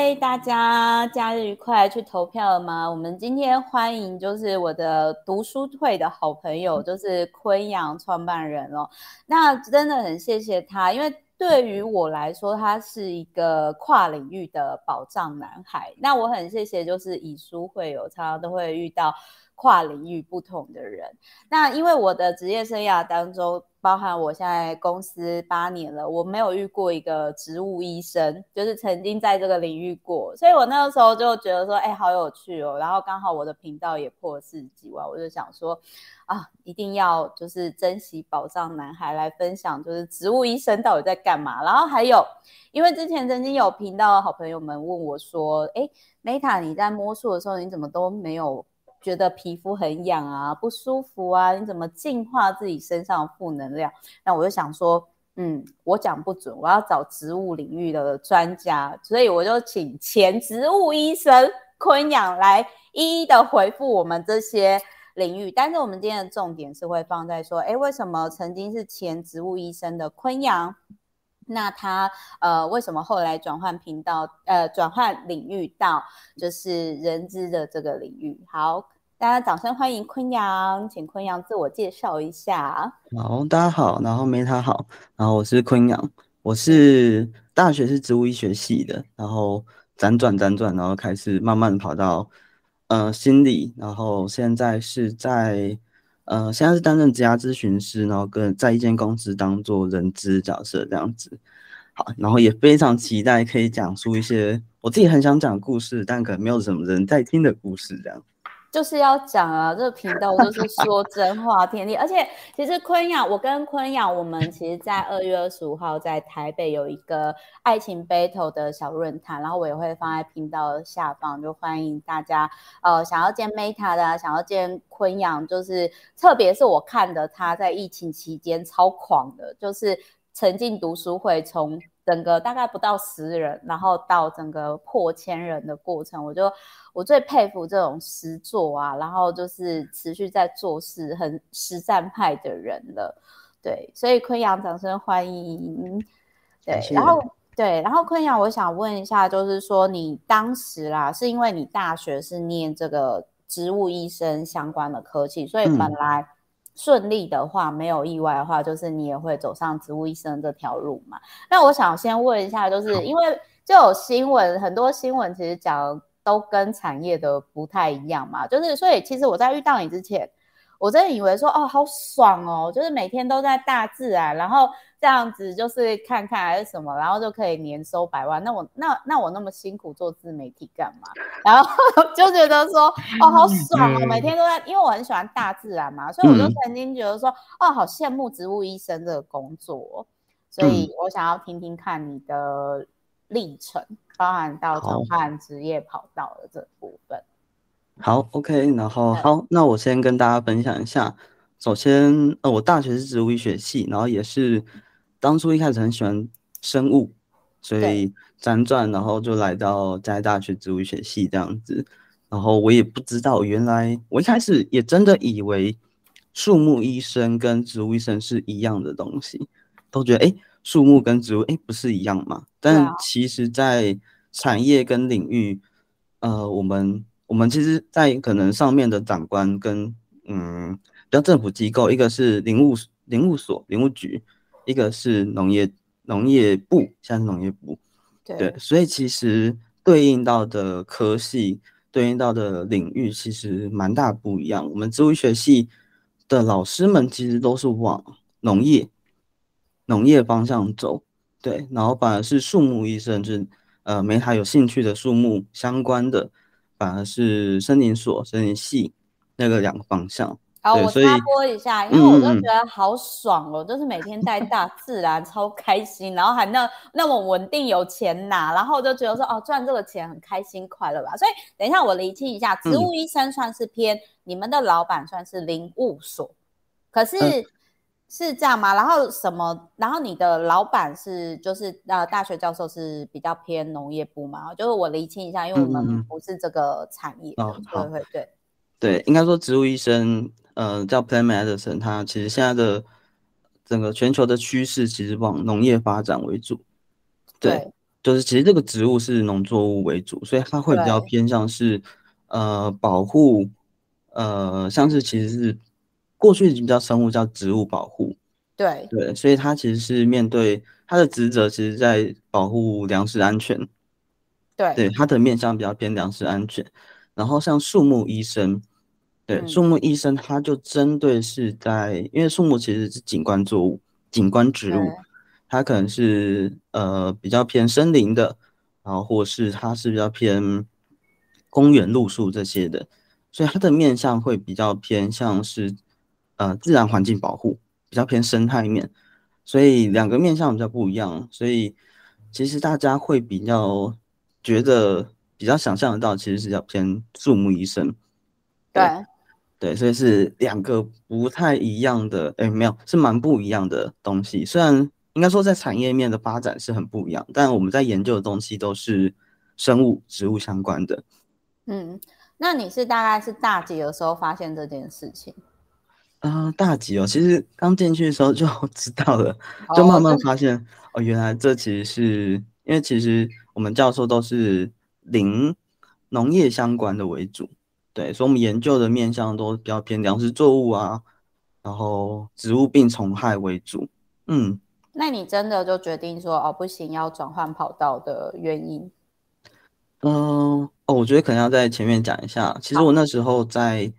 嗨，大家假日愉快，去投票了吗？我们今天欢迎就是我的读书会的好朋友，就是昆阳创办人哦。那真的很谢谢他，因为对于我来说，他是一个跨领域的宝藏男孩。那我很谢谢，就是以书会友，常常都会遇到跨领域不同的人。那因为我的职业生涯当中，包含我现在公司8年了，我没有遇过一个植物医生，就是曾经在这个领域过，所以我那个时候就觉得说，好有趣哦。然后刚好我的频道也破了40几万，我就想说，一定要就是珍惜宝藏男孩来分享，就是植物医生到底在干嘛。然后还有，因为之前曾经有频道的好朋友们问我说，Meta 你在摸树的时候，你怎么都没有觉得皮肤很痒啊、不舒服啊？你怎么净化自己身上的负能量？那我就想说，我讲不准，我要找植物领域的专家，所以我就请前植物医生昆阳来一一的回复我们这些领域。但是我们今天的重点是会放在说，为什么曾经是前植物医生的昆阳，那他为什么后来转换频道转换领域到就是人资的这个领域？好，大家掌声欢迎昆阳，请昆阳自我介绍一下。 好，大家好，然后Meta好，然后我是昆阳，我是大学是植物医学系的，然后辗转，然后开始慢慢跑到心理，然后现在是担任职涯咨询师，然后在一间公司当做人资角色这样子。好，然后也非常期待可以讲述一些我自己很想讲的故事，但可能没有什么人在听的故事这样。 就是要讲啊，这个频道就是说真话天地。而且其实我跟昆阳，我们其实在2月25号在台北有一个爱情 battle 的小论坛，然后我也会放在频道的下方，就欢迎大家想要见 Meta 的想要见昆阳，就是特别是我看的他在疫情期间超狂的，就是沉浸读书会从整个大概不到10人，然后到整个破1000人的过程，我最佩服这种实作啊，然后就是持续在做事、很实战派的人了。对，所以昆阳掌声欢迎。对，然感谢。 后昆阳，我想问一下，就是说你当时啦，是因为你大学是念这个植物医生相关的科技，所以本来顺利的话，没有意外的话，就是你也会走上植物医生这条路嘛？那我想先问一下，就是因为就有新闻，很多新闻其实讲都跟产业的不太一样嘛，就是所以其实我在遇到你之前，我真的以为说好爽哦，就是每天都在大自然，然后这样子就是看看还是什么，然后就可以年收100万。那我那么辛苦做自媒体干嘛？然后就觉得说好爽哦，每天都在，因为我很喜欢大自然嘛，所以我就曾经觉得说好羡慕植物医生这个工作。所以我想要听听看你的历程，包含到转好。 换职业跑道的这部分。 好，OK，然后好，那我先跟大家分享一下。首先，我大学是植物医学系，然后也是当初一开始很喜欢生物，所以辗转，然后就来到嘉义大学植物医学系这样子。然后我也不知道，原来我一开始也真的以为树木医生跟植物医生是一样的东西，都觉得树木跟植物不是一样嘛？ 对啊， 但其实，在产业跟领域，我们其实，在可能上面的长官跟比较政府机构，一个是林务局，一个是农业部，现在是农业部，对， 对， 所以其实对应到的科系、对应到的领域其实蛮大不一样。我们植物学系的老师们其实都是往农业方向走，对，然后反而是树木医生，就是没他有兴趣的树木相关的，反而是森林所、森林系那个两个方向。 好， 对， 我插所以播一下，因为我就觉嗯嗯嗯得好爽哦，就是每天在大自然超开心，然后还那么稳定有钱拿，然后我就觉得说赚这个钱很开心快乐吧。所以等一下我厘清一下，植物医生算是偏你们的老板算是林务所，可是是这样吗？然后你的老板是就是大学教授是比较偏农业部嘛？就是我厘清一下，因为我们不是这个产业的，所以好。 会对。 对，应该说植物医生，叫 Plant Medicine，它其实现在的整个全球的趋势其实往农业发展为主。对对就是其实这个植物是农作物为主，所以它会比较偏向是保护，像是其实是过去比较生物叫植物保护， 对， 所以它其实是面对它的职责，其实在保护粮食安全。对，它的面向比较偏粮食安全。然后像树木医生，对，树木医生它就针对是在，因为树木其实是景观作物、景观植物，它可能是比较偏森林的，然后或是它是比较偏公园路树这些的，所以它的面向会比较偏向是自然环境保护，比较偏生态面，所以两个面向比较不一样，所以其实大家会比较觉得比较想象得到，其实是比较偏树木医生，对。对，所以是两个不太一样的，哎，没有，是蛮不一样的东西。虽然应该说在产业面的发展是很不一样，但我们在研究的东西都是生物、植物相关的。 那你是大概是大几的时候发现这件事情？ 大几哦，其实刚进去的时候就知道了，就慢慢发现哦，原来这其实是因为其实我们教授都是农业相关的为主。对，所以我们研究的面向都比较偏粮食作物啊，然后植物病虫害为主。 那你真的就决定说哦不行，要转换跑道的原因？ 我觉得可能要在前面讲一下。其实我那时候在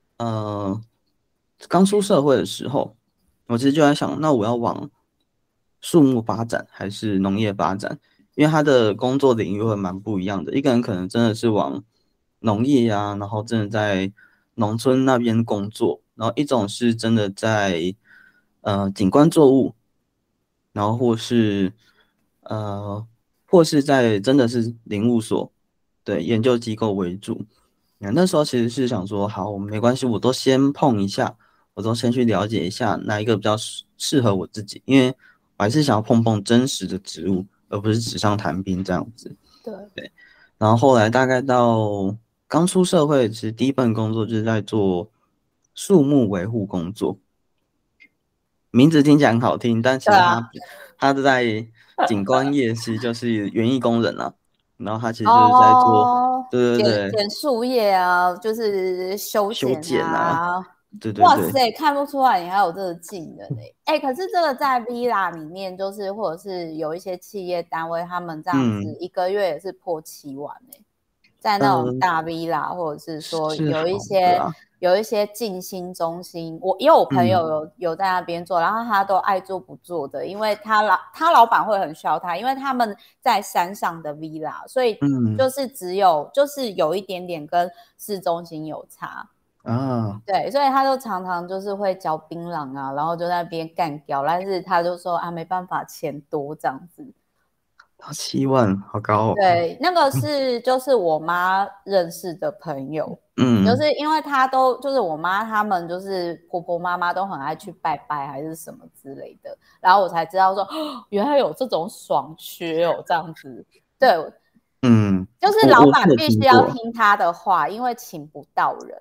刚出社会的时候，我其实就在想，那我要往树木发展还是农业发展？因为他的工作领域会蛮不一样的。一个人可能真的是往农业啊，然后真的在农村那边工作，然后一种是真的在景观作物，然后或是在真的是林务所，对，研究机构为主。那时候其实是想说，好，没关系，我都先碰一下，我都先去了解一下哪一个比较适合我自己，因为我还是想要碰碰真实的植物，而不是纸上谈兵这样子。对。然后后来大概到刚出社会，其实第一份工作就是在做树木维护工作，名字听起来很好听，但其实他在景观业其实就是园艺工人啊，然后他其实就是在做，对对对， 剪树叶啊，就是修剪啊。 对对对， 哇塞，看不出来你还有这个技能可是这个在 Villa 里面，就是或者是有一些企业单位，他们这样子一个月也是破7万在那种大 Villa，或者是说有一些静心中心，因为我朋友有在那边做，然后他都爱做不做的，因为他老板会很需要他，因为他们在山上的 Villa， 所以就是就是有一点点跟市中心有差对，所以他就常常就是会嚼槟榔啊，然后就在那边干掉，但是他就说没办法，钱多这样子。 7万，好高哦。 对，那个就是我妈认识的朋友，就是因为就是我妈他们就是婆婆妈妈都很爱去拜拜还是什么之类的，然后我才知道说原来有这种爽缺这样子。对，就是老板必须要听他的话，因为请不到人。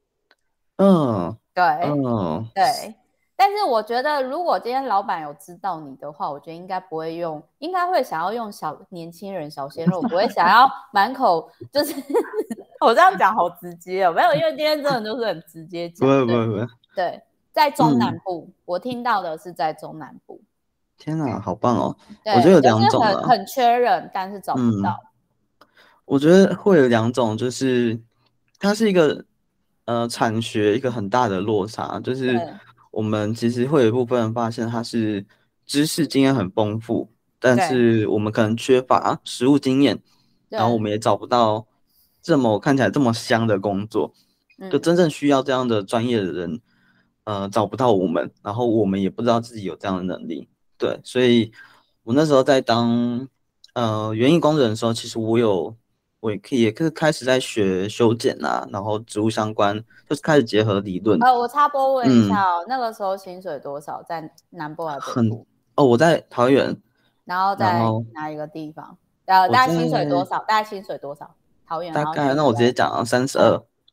对。但是我觉得，如果今天老板有知道你的话，我觉得应该不会应该会想要用年轻人小鲜肉，不会想要满口就是我这样讲好直接没有，因为今天真的就是很直接讲。 不会。 对，在中南部，我听到的是在中南部。 天哪，好棒哦！ 对， 我觉得有两种就是很缺人，但是找不到。 我觉得会有两种，就是它是一个产学一个很大的落差，就是我们其实会有一部分人发现他是知识经验很丰富，但是我们可能缺乏实务经验，然后我们也找不到看起来这么香的工作，就真正需要这样的专业的人，找不到我们，然后我们也不知道自己有这样的能力，对，所以我那时候在当园艺工人的时候，其实我也可以开始在学修剪啊，然后植物相关，就是开始结合理论。 我插播问一下那个时候薪水多少？在南部还是北部？ 我在桃园。 然后在哪一个地方？大概薪水多少？桃园。 大概，那我直接讲32。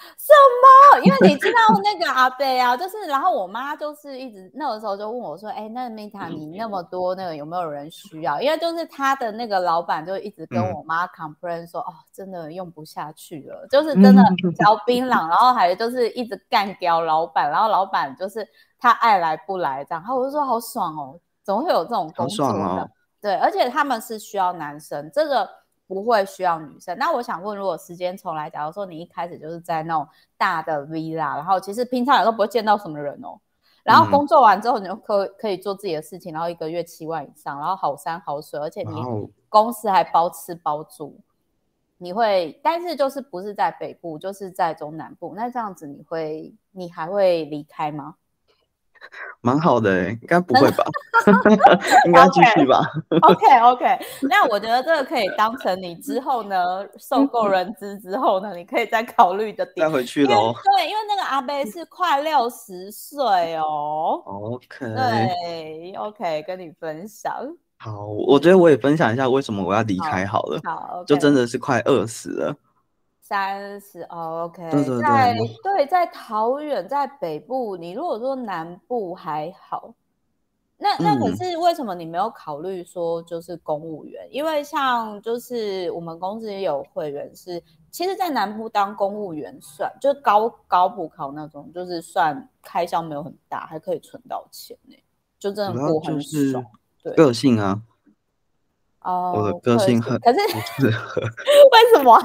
什么？因为你知道那个阿贝啊，就是，然后我妈就是一直那个时候就问我说：“哎，那 Mita 你那么多那个有没有人需要？”因为就是他的那个老板就一直跟我妈 complain 说：“哦，真的用不下去了，就是真的嚼槟榔，然后还就是一直干掉老板，然后老板就是他爱来不来这样。”然后我就说：“好爽哦，怎么会有这种好工作呢？” 爽哦。 对，而且他们是需要男生，这个不会需要女生。那我想问，如果时间重来，假如说你一开始就是在那种大的 villa，然后其实平常也都不会见到什么人哦，然后工作完之后你就可以做自己的事情，然后一个月7万以上，然后好山好水，而且你公司还包吃包住，你会，但是就是不是在北部，就是在中南部，那这样子你还会离开吗？ 蛮好的欸，应该不会吧？应该继续吧。 OK，那我觉得这个可以当成你之后呢受够人资之后呢，你可以再考虑的点。 再回去咯。 对，因为那个阿伯是快60岁哦。 OK， 对 ，OK，跟你分享。 好，我觉得我也分享一下为什么我要离开好了。 好，OK。 就真的是快饿死了。 30哦对 ，OK， 对对。 在桃园，在北部，你如果说南部还好，那可是为什么你没有考虑说就是公务员？因为像就是我们公司也有会员是，其实，在南部当公务员算就高补考那种，就是算开销没有很大，还可以存到钱呢，就真的过很爽。对， 个性啊，我的个性很可是不适合。 为什么？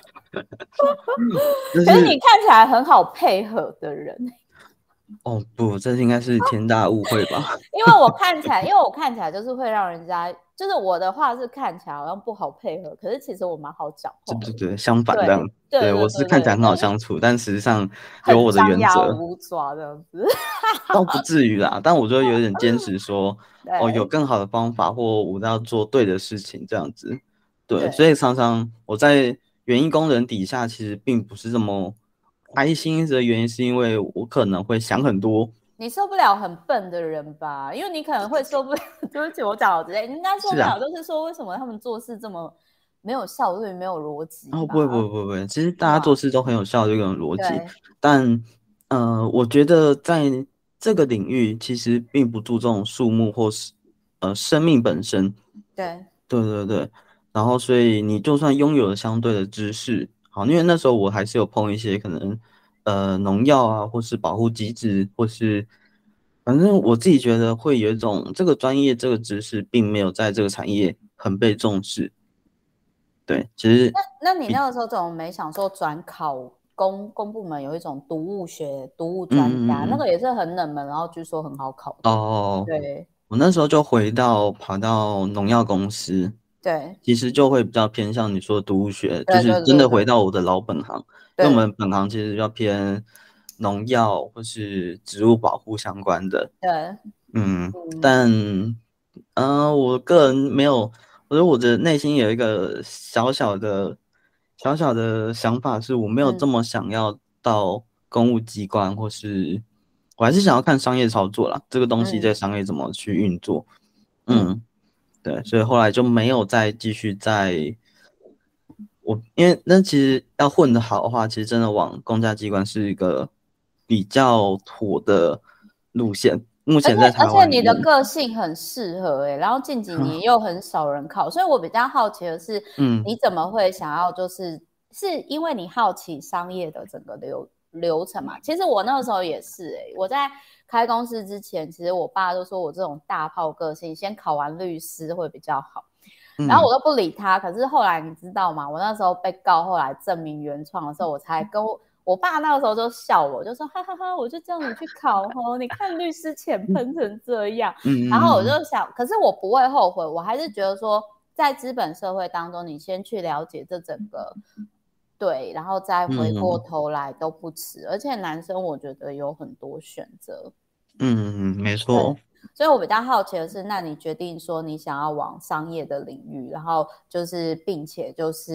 可是你看起来很好配合的人。 哦不，这应该是天大误会吧？ 因为我看起来就是会让人家，就是我的话是看起来好像不好配合，可是其实我蛮好讲话的。 对，相反这样。对，我是看起来很好相处，但实际上有我的原则。 很张牙舞爪这样子。 倒不至于啦，但我就有点坚持说，哦，有更好的方法，或我要做对的事情这样子。对，所以常常我在园艺工人底下，其实并不是这么开心的原因，是因为我可能会想很多。 你受不了很笨的人吧？因为你可能会受不了。对不起，我讲好直接，你应该受不了，就是说为什么他们做事这么没有效率、没有逻辑。 哦，不会，其实大家做事都很有效率跟逻辑，但我觉得在这个领域其实并不注重树木或是生命本身。对，然后所以你就算拥有了相对的知识，好，因为那时候我还是有碰一些可能农药啊，或是保护机制，或是反正我自己觉得会有一种这个专业这个知识并没有在这个产业很被重视。对，其实那你那个时候怎么没想说转考公部门有一种毒物专家，那个也是很冷门，然后据说很好考的。 哦， 对， 我那时候就跑到农药公司。 对， 其实就会比较偏向你说的毒物学，就是真的回到我的老本行。因为我们本行其实比较偏农药或是植物保护相关的。 对， 但我个人没有，我觉得我的内心有一个小小的想法，是我没有这么想要到公务机关，或是我还是想要看商业操作啦，这个东西在商业怎么去运作。对，所以后来就没有再继续因为那其实要混得好的话，其实真的往公家机关是一个比较妥的路线。目前在台湾， 而且你的个性很适合然后近几年又很少人考，所以我比较好奇的是，你怎么会想要是因为你好奇商业的整个流程嘛？其实我那个时候也是我在开公司之前，其实我爸就说我这种大炮个性，先考完律师会比较好。然后我都不理他，可是后来你知道吗？我那时候被告，后来证明原创的时候，我才跟我爸那个时候就笑我，就说哈哈哈，我就叫你去考哦，你看律师钱喷成这样。然后我就想，可是我不会后悔，我还是觉得说，在资本社会当中，你先去了解这整个对，然后再回过头来都不迟。而且男生我觉得有很多选择。 没错。 所以我比较好奇的是，那你决定说你想要往商业的领域，然后就是并且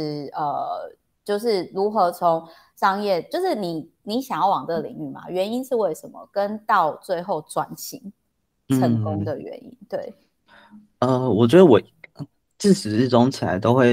就是如何从商业，就是你想要往这个领域嘛？原因是为什么？跟到最后转型成功的原因。对， 我觉得我自始至终起来都会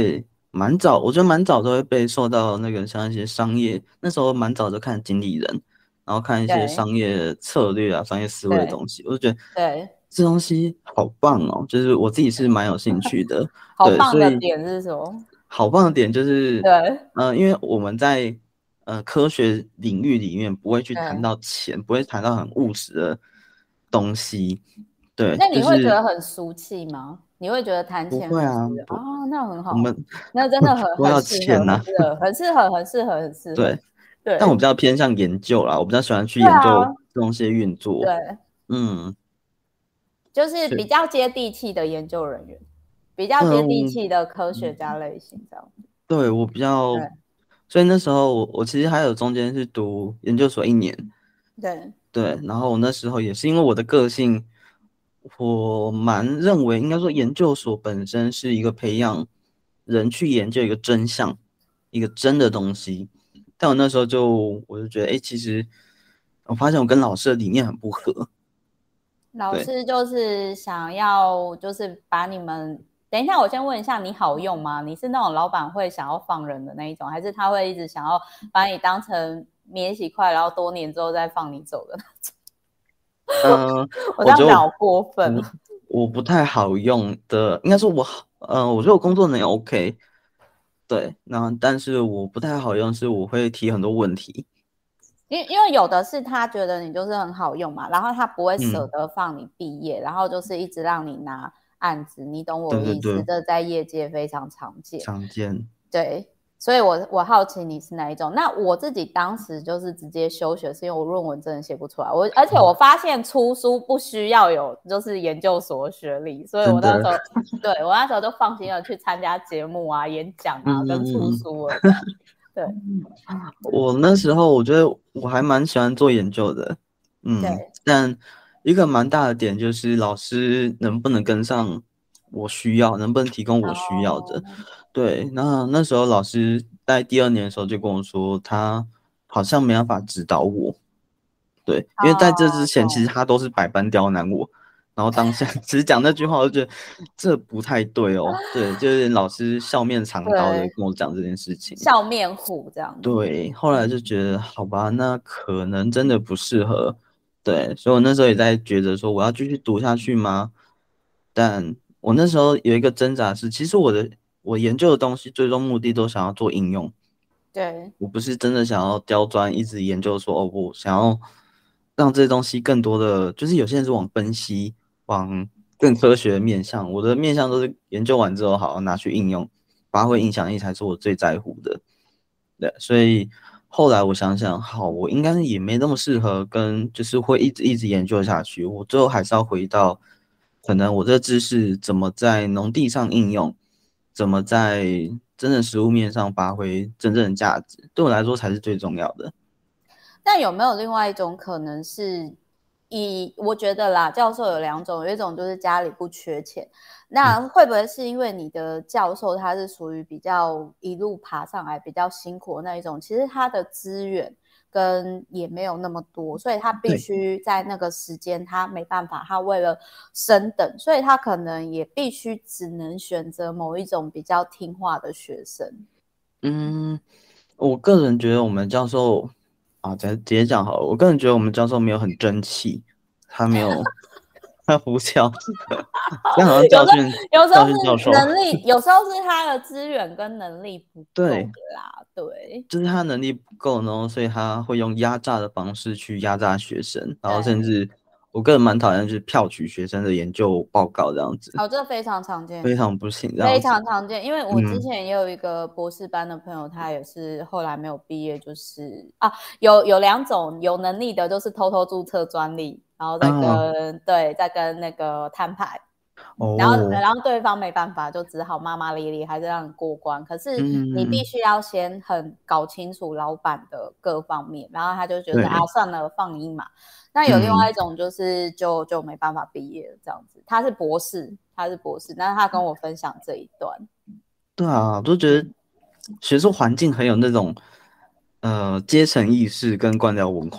蛮早，我觉得蛮早都会被受到那个像一些商业，那时候蛮早就看经理人，然后看一些对商业策略啊、商业思维的对东西，我就觉得对， 这东西好棒哦，就是我自己是蛮有兴趣的。 好对，所以棒的点是什么？ 好棒的点就是， 对因为我们在科学领域里面不会去谈对， 到钱，不会谈到很务实的东西。对， 那就是你会觉得很俗气吗？你会觉得谈钱很俗不会啊，不， 啊？那很好， 我们那真的很都要很适合， 钱呐、 很适合，很适合，很适合，很适合。 对，但我比对较偏向研究啦，我比较喜欢去对研究啊， 这东西的运作。 对， 嗯， 就是比是， 较接地气的研究人员，比较接地嗯， 气的科学家类型这样。 对我比较， 对所以那时候我其实还有中间是读研究所1年， 对， 对，然后我那时候也是因为我的个性，我蛮认为应该说研究所本身是一个培养人去研究一个真相，一个真的东西。但我那时候我就觉得，哎，其实我发现我跟老师的理念很不合。对， 老师就是想要，就是把你们。等一下，我先问一下，你好用吗？你是那种老板会想要放人的那一种，还是他会一直想要把你当成免洗筷，然后多年之后再放你走的那种？ 嗯、 我这我觉得我样讲好过分不了。 我不太好用的，应该说我觉得我工作能力 OK，对，但是我不太好用，是我会提很多问题。 因为有的是他觉得你就是很好用嘛，然后他不会舍嗯， 得放你毕业，然后就是一直让你拿案子，你懂我的意思？ 对对对， 这在业界非常常见。 常见。 对，所以我好奇你是哪一种。那我自己当时就是直接休学，是因为我论文真的写不出来。而且我发现出书不需要有就是研究所学历，所以我真的， 那时候我那时候就放心的去参加节目啊、演讲啊，跟出嗯， 书了这样。对我那时候我觉得我还蛮喜欢做研究的， 对， 但一个蛮大的点就是老师能不能跟上我需要，能不能提供我需要的。 哦， 对，那时候老师在第2年的时候就跟我说，他好像没办法指导我。对，因为在这之哦， 前，其实懂。 他都是百般刁难我，然后当下只是讲那句话，我就觉得这不太对哦。对，就是老师笑面藏刀的对， 跟我讲这件事情。 笑面虎这样子。 对，后来就觉得好吧，那可能真的不适合。对，所以我那时候也在觉得说，我要继续读下去吗？但我那时候有一个挣扎是，其实我研究的东西最终目的都想要做应用。 对， 我不是真的想要刁钻，一直研究说，哦，我想要让这些东西更多的，就是有些人是往分析，往更科学的面向，我的面向都是研究完之后，好拿去应用，发挥影响力才是我最在乎的。对，所以后来我想想，好，我应该也没那么适合跟，就是会一直研究下去。我最后还是要回到，可能我这个知识怎么在农地上应用，怎么在真正实物面上发挥真正的价值，对我来说才是最重要的。 但有没有另外一种可能是，我觉得啦，教授有两种，有一种就是家里不缺钱，那会不会是因为你的教授他是属于比较一路爬上来比较辛苦的那一种，其实他的资源跟也没有那么多，所以他必对， 须在那个时间他没办法，他为了升等，所以他可能也必须只能选择某一种比较听话的学生。 嗯，我个人觉得我们教授啊，直接讲好了，我个人觉得我们教授没有很争气，他没有，他不教，这样好像有时候教训教有时候是训教授。 能力，有时候是他的资源跟能力不够对， 啦。对就是他能力不够，然后所以他会用压榨的方式去压榨学生，然后甚对， 至我个人蛮讨厌就是票取学生的研究报告这样子， 哦，这非常常见， 非常不行这非样子。 常常见。因为我之嗯， 前也有一个博士班的朋友，他也是后来没有毕业，就是啊，有两种有能力的，就是偷偷注册专利，然后啊， 再跟那个摊牌。然后， 哦， 然后对方没办法，就只好骂骂咧咧，还是让你过关。可是你必嗯， 须要先很搞清楚老板的各方面，然后他就觉得啊， 对， 算了，放你一马。那有另外嗯， 一种就是就没办法毕业了这样子。他是博士，但是他跟我分享这一段。 对啊，我都觉得学术环境很有那种阶层意识跟官僚文化。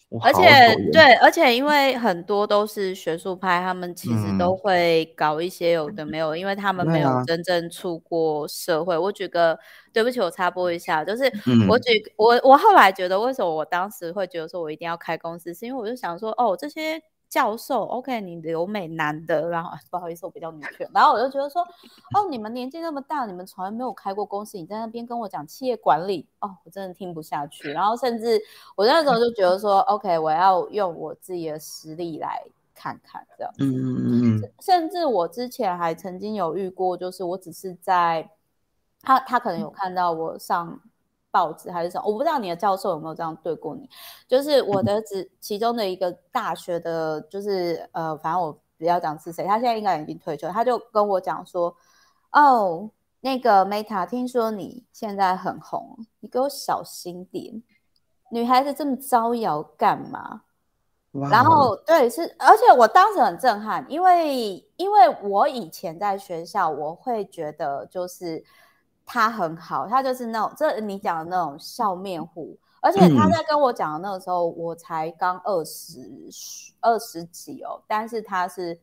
我而好久远。 且对，而且因为很多都是学术派，他们其实都会搞一些有的没有，因为他们没有真正出过社会。我举个，对不起，我插播一下，就是我后来觉得，为什么我当时会觉得说我一定要开公司，是因为我就想说，哦，这些教授 ，OK， 你留美男的，然后不好意思，我比较女权，然后我就觉得说，哦，你们年纪那么大，你们从来没有开过公司，你在那边跟我讲企业管理，哦，我真的听不下去。然后甚至我那时候就觉得说，OK，我要用我自己的实力来看看这样子。甚至我之前还曾经有遇过，就是我只是在他可能有看到我上报纸还是什么，我不知道你的教授有没有这样对过你。就是我的其中的一个大学的，就是反正我不要讲是谁，他现在应该已经退休，他就跟我讲说，哦，那个 Meta， 听说你现在很红，你给我小心点，女孩子这么招摇干嘛？然后对，是，而且我当时很震撼，因为我以前在学校，我会觉得就是他很好，他就是那种你讲的那种笑面虎，而且他在跟我讲的那个时候，我才刚二十几哦，但是他是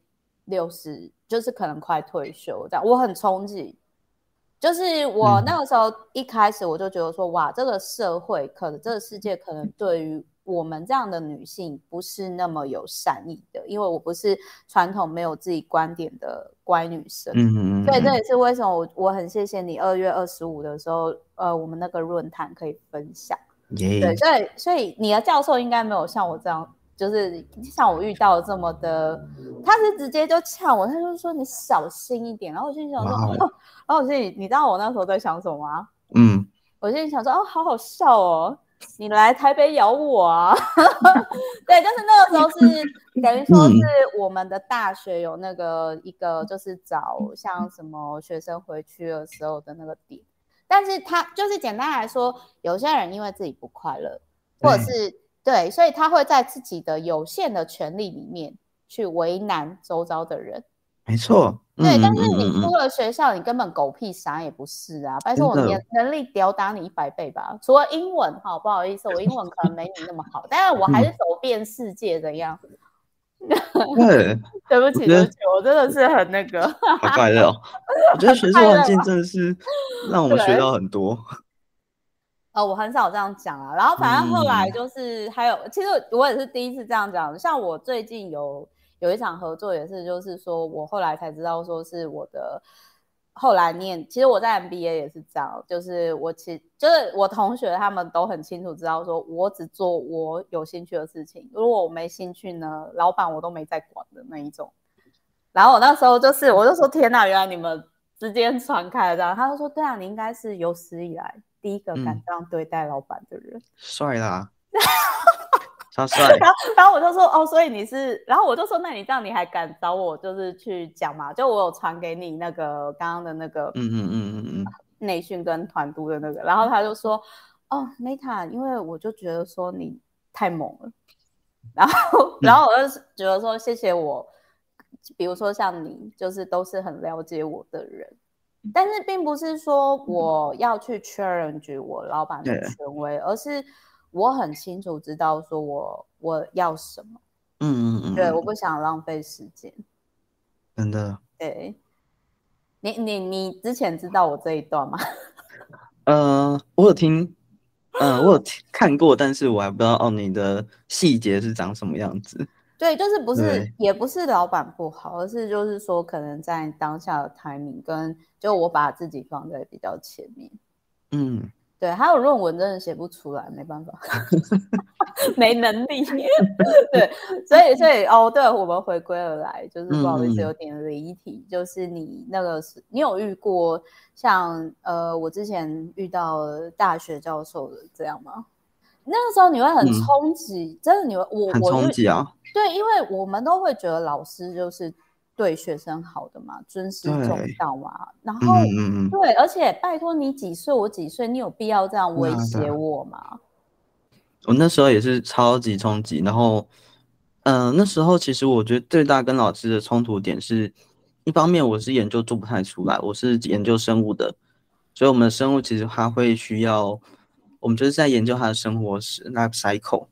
60，就是可能快退休这样，我很憧憬。就是我那个时候一开始我就觉得说，哇，这个社会可能这个世界可能对于我们这样的女性不是那么有善意的，因为我不是传统没有自己观点的乖女生。所以这也是为什么我很谢谢你2月25的时候，我们那个论坛可以分享。对，所以你的教授应该没有像我这样，就是像我遇到这么的，他是直接就呛我，他就说你小心一点。然后我心里想说，然后我心里，你知道我那时候在想什么吗？我心里想说，哦，好好笑哦，你来台北咬我啊！对，就是那个时候是等于说是我们的大学有那个一个就是找像什么学生回去的时候的那个点。但是他就是简单来说，有些人因为自己不快乐，或者是对，所以他会在自己的有限的权利里面去为难周遭的人。 没错， 对，但是你出了学校，你根本狗屁啥也不是啊！拜托，我能力吊打你100倍吧。除了英文，好不好意思，我英文可能没你那么好，但是我还是走遍世界的样子。 对， 对不起，我真的是很那个， 好快乐哦！我觉得学术环境真的是让我们学到很多。 我很少这样讲啊。然后反正后来就是还有，其实我也是第一次这样讲。像我最近有一场合作，也是就是说我后来才知道说是我的后来其实我在 MBA 也是这样，就是就是我同学他们都很清楚知道说我只做我有兴趣的事情，如果我没兴趣呢，老板我都没在管的那一种。然后我那时候我就说天哪，原来你们之间传开了这样。他就说对啊，你应该是有史以来第一个敢这样对待老板的人。 帅啦，超帅。 然后我就说哦，所以你是，然后我就说那你这样你还敢找我就是去讲嘛？就我有传给你那个刚刚的那个内训跟团督的那个，然后他就说哦 Meta， 因为我就觉得说你太猛了，然后我就觉得说谢谢我，比如说像你就是都是很了解我的人。但是并不是说我要去 challenge 我老板的权威，而是我很清楚知道说我要什么。对，我不想浪费时间。 真的。 对，你之前知道我这一段吗？ 我有听，我有看过，但是我还不知道你的细节是长什么样子。 对，就是也不是老板不好，而是就是说可能在当下的 timing 跟就我把自己放在比较前面。对，还有论文真的写不出来，没办法，没能力。对，所以哦，对，我们回归而来，就是不好意思有点离题，就是你有遇过像我之前遇到大学教授的这样吗？那个时候你会很冲击，真的很冲击啊。 对，因为我们都会觉得老师就是对学生好的嘛，尊师重道嘛。然后对，而且拜托你几岁我几岁，你有必要这样威胁我吗？ 我那时候也是超级冲击，然后那时候其实我觉得最大跟老师的冲突点是，一方面我是研究做不太出来，我是研究生物的，所以我们的生物其实它会需要，我们就是在研究它的生活史 life cycle，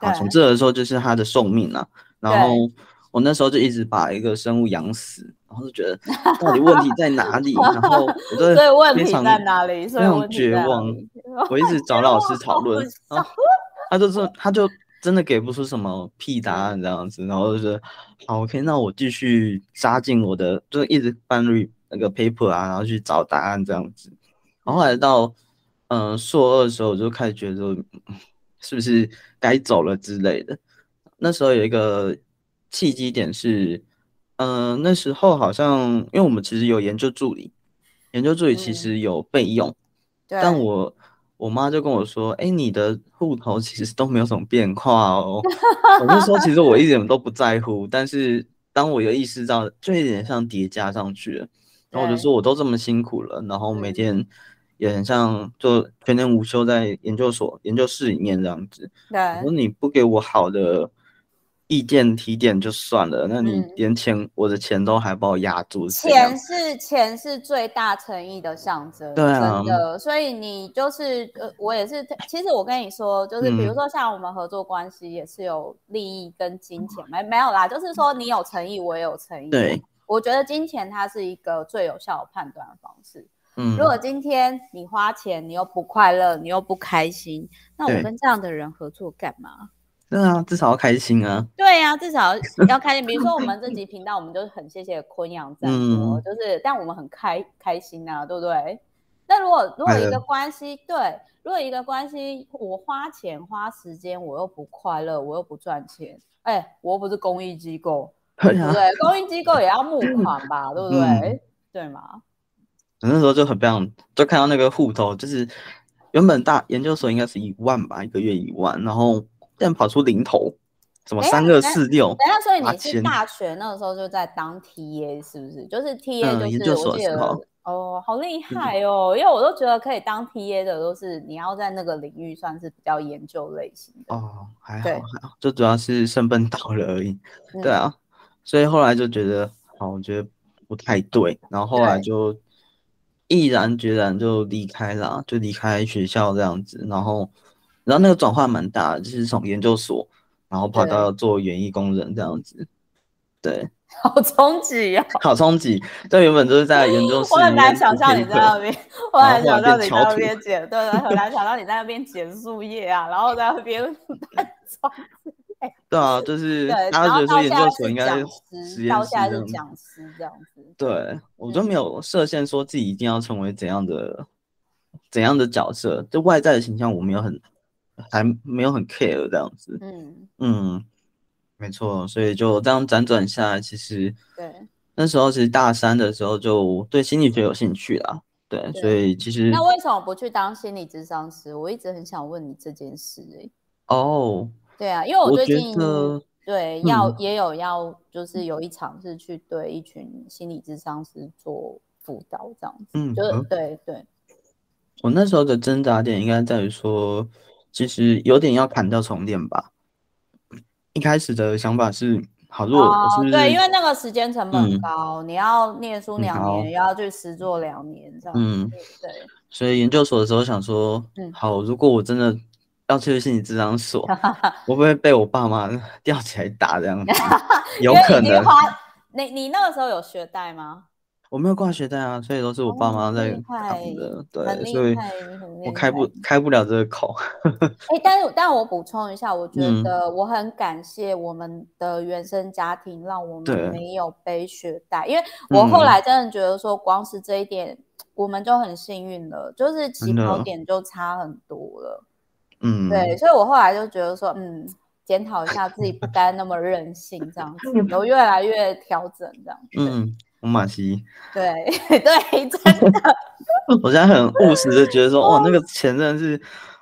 好，统治的时候就是它的寿命啊。然后我那时候就一直把一个生物养死，然后就觉得到底问题在哪里？然后我就所以问题在哪里？ 非常绝望。我一直找老师讨论，然后他就真的给不出什么屁答案这样子，然后就觉得好 OK， 那我继续扎进我的，就是一直翻那个 paper 啊，然后去找答案这样子。然后后来到硕二的时候，我就开始觉得说，是不是该走了之类的。那时候有一个契机点是，那时候好像因为我们其实有研究助理，研究助理其实有备用，但我妈就跟我说，你的户头其实都没有什么变化哦。我就说其实我一点都不在乎，但是当我有意识到，就有点像叠加上去了。然后我就说我都这么辛苦了，然后每天也很像就全年无休在研究室里面这样子。我说你不给我好的意见提点就算了，那你连我的钱都还把我压住，钱是最大诚意的象征， 对啊， 真的。所以你就是我也是，其实我跟你说，就是比如说像我们合作关系也是有利益跟金钱，没有啦，就是说你有诚意，我也有诚意。 对， 我觉得金钱它是一个最有效的判断的方式。如果今天你花钱，你又不快乐，你又不开心，那我跟这样的人合作干嘛？ 对啊，至少要开心啊。 对啊，至少要开心。比如说我们这集频道，我们就很谢谢昆阳赞助，就是但我们很开心啊，对不对？那如果一个关系，如果一个关系我花钱花时间，我又不快乐，我又不赚钱，我又不是公益机构，对不对？公益机构也要募款吧，对不对？对吗？ 那时候就很非常，就看到那个户头，就是原本研究所应该是1万吧，一个月1万，然后但跑出零头，什么3246， 等一下，所以你是大学那个时候就在当 TA 是不是？就是 TA 就是研究所的时候好厉害哦！因为我都觉得可以当 TA 的都是你要在那个领域算是比较研究类型的还好，就主要是身份到了而已。对啊，所以后来就觉得我觉得不太对，然后后来就毅然决然就离开了，就离开学校这样子，然后那个转换蛮大的，就是从研究所，然后跑到做园艺工人这样子，对， 好冲击哦， 好冲击。对，原本就是在研究室里面， 我很难想象你在那边，我很难想象你在那边剪， 对，很难想到你在那边剪树叶啊，然后在那边搬砖。 对啊，就是大家觉得说研究所应该实验室， 到现在是讲师这样子。 对，我就没有设限说自己一定要成为怎样的角色，就外在的形象我还没有很 care 这样子。没错，所以就这样辗转下来，其实那时候其实大3的时候就对心理学有兴趣啦。对，所以其实那为什么不去当心理咨商师？我一直很想问你这件事对啊，因为我最近也有就是有一场是去对一群心理咨商师做辅导这样子。就是对。 我那时候的挣扎点应该在于说，其实有点要砍掉重练吧。一开始的想法是，好，如果我是不是对，因为那个时间成本很高，你要念书2年，也要去实作2年这样。对。 所以研究所的时候想说，好，如果我真的要去心理咨商所，我会不会被我爸妈吊起来打这样子？有可能。 你那个时候有学贷吗？ 我没有挂学贷啊，所以都是我爸妈在扛的。对，所以我开不了这个口。 但我补充一下，我觉得我很感谢我们的原生家庭，让我们没有背学贷，因为我后来真的觉得说，光是这一点我们就很幸运了，就是起跑点就差很多了。对，所以我后来就觉得说，检讨一下自己不该那么任性，这样子有越来越调整这样。 我马西， 对，真的。 我现在很务实的觉得说，那个钱真的是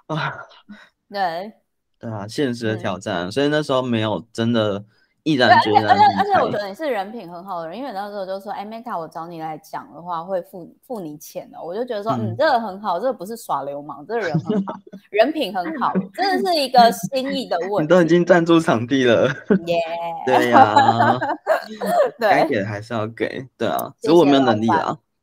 对啊，现实的挑战，所以那时候没有真的毅然决然离开。 而且我觉得你是人品很好的人，因为那时候就说，Meta 我找你来讲的话会付你钱的，我就觉得说，这个很好，这个不是耍流氓，这个人很好，人品很好，真的是一个心意的问题。 你都已经赞助场地了，对呀，该给的还是要给，对啊，只是我没有能力啊，对。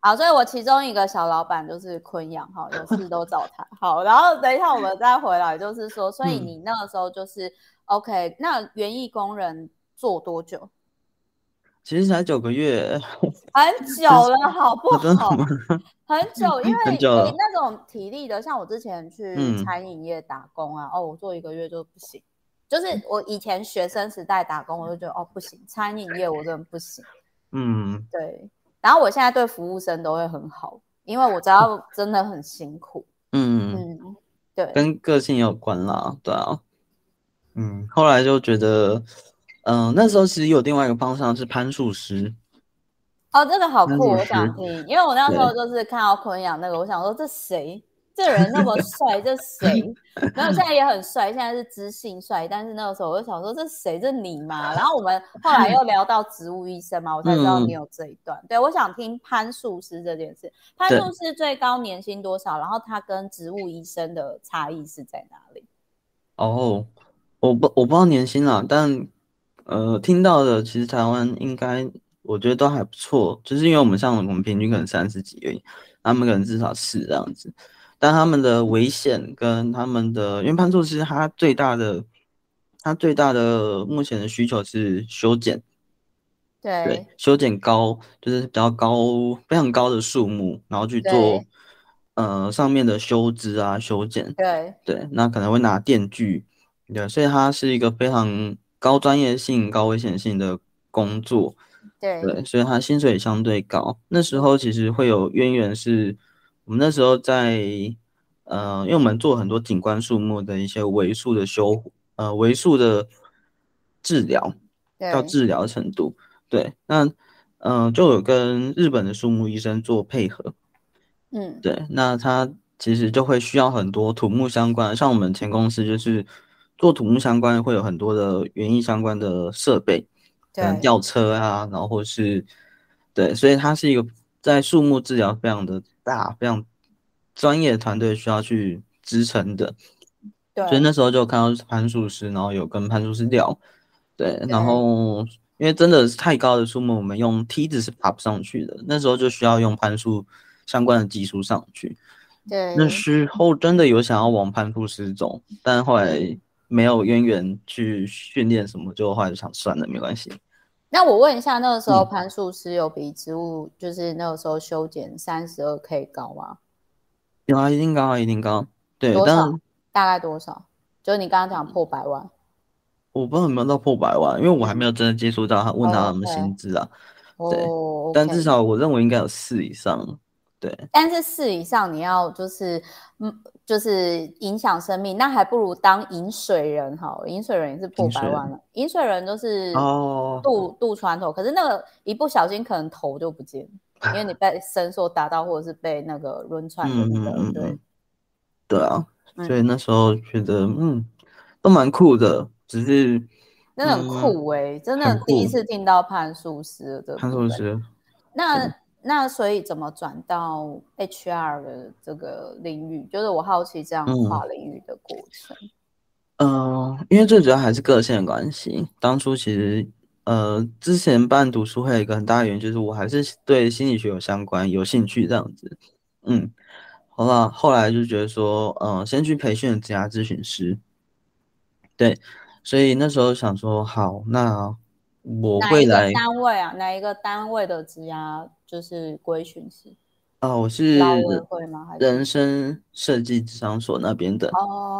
好，所以我其中一个小老板就是昆阳哈，有事都找他。好，然后等一下我们再回来，就是说，所以你那个时候就是OK，那园艺工人做多久？ 其实才9个月， 很久了，好不好？很久，因为很久了。 那种体力的，像我之前去餐饮业打工啊，我做1个月就不行。就是我以前学生时代打工，我就觉得不行，餐饮业我真的不行。对。然后我现在对服务生都会很好，因为我知道真的很辛苦。对， 跟个性有关啦，对啊。后来就觉得，那时候其实有另外一个方向是攀树师。 这个好酷，我想听，因为我那时候就是看到昆阳那个，我想说这谁？这人那么帅，这谁？然后现在也很帅，现在是知性帅，但是那个时候我就想说这谁？这你吗？然后我们后来又聊到植物医生嘛，我才知道你有这一段。对，我想听攀树师这件事。攀树师最高年薪多少？然后他跟植物医生的差异是在哪里？ 我不知道年薪啦，但听到的其实台湾应该我觉得都还不错，就是因为我们平均可能30几而已，他们可能至少4这样子。但他们的危险跟他们的，因为攀树师他最大的目前的需求是修剪。对，修剪就是比较非常高的树木，然后去做上面的修枝啊修剪。对，那可能会拿电锯。对，所以它是一个非常高专业性、高危险性的工作。对，所以它薪水也相对高。那时候其实会有渊源，是我们那时候在因为我们做很多景观树木的一些微树的治疗，到治疗程度。对，那就有跟日本的树木医生做配合。对，那他其实就会需要很多土木相关，像我们前公司就是做土木相关，会有很多的园艺相关的设备，可能吊车啊，然后或是对，所以它是一个在树木治疗非常的大、非常专业的团队需要去支撑的。所以那时候就看到攀树师，然后有跟攀树师聊。对，然后因为真的是太高的树木，我们用梯子是爬不上去的，那时候就需要用攀树相关的技术上去。那时候真的有想要往攀树师走，但后来没有渊源去训练什么，就后来就想算了，没关系。 那我问一下，那个时候攀树师有比植物就是那个时候修剪32K 高吗？ 有啊，一定高，一定高。对， 多少？大概多少？就是你刚刚讲破100万。 我不知道有没有到破100万，因为我还没有真的接触到他，问他什么薪资啊。对，但至少我认为应该有4以上。对， 但是4以上你要就是影响生命，那还不如当饮水人好，饮水人也是破100万了。饮水人就是渡船头，可是那个一不小心可能头就不见，因为你被绳索打到，或者是被那个轮船的那个对啊，所以那时候觉得都蛮酷的，只是真的很酷真的第一次听到攀树师的。 攀树师， 那所以怎么转到 HR 的这个领域？就是我好奇这样跨领域的过程。 因为最主要还是个性的关系。当初其实之前办读书会有一个很大的原因，就是我还是对心理学有兴趣这样子。好了，后来就觉得说，先去培训职涯咨询师。对，所以那时候想说，好，那我未来哪一个单位的职涯就是规训师？ 我是劳委会吗？还是人生设计职场所那边的。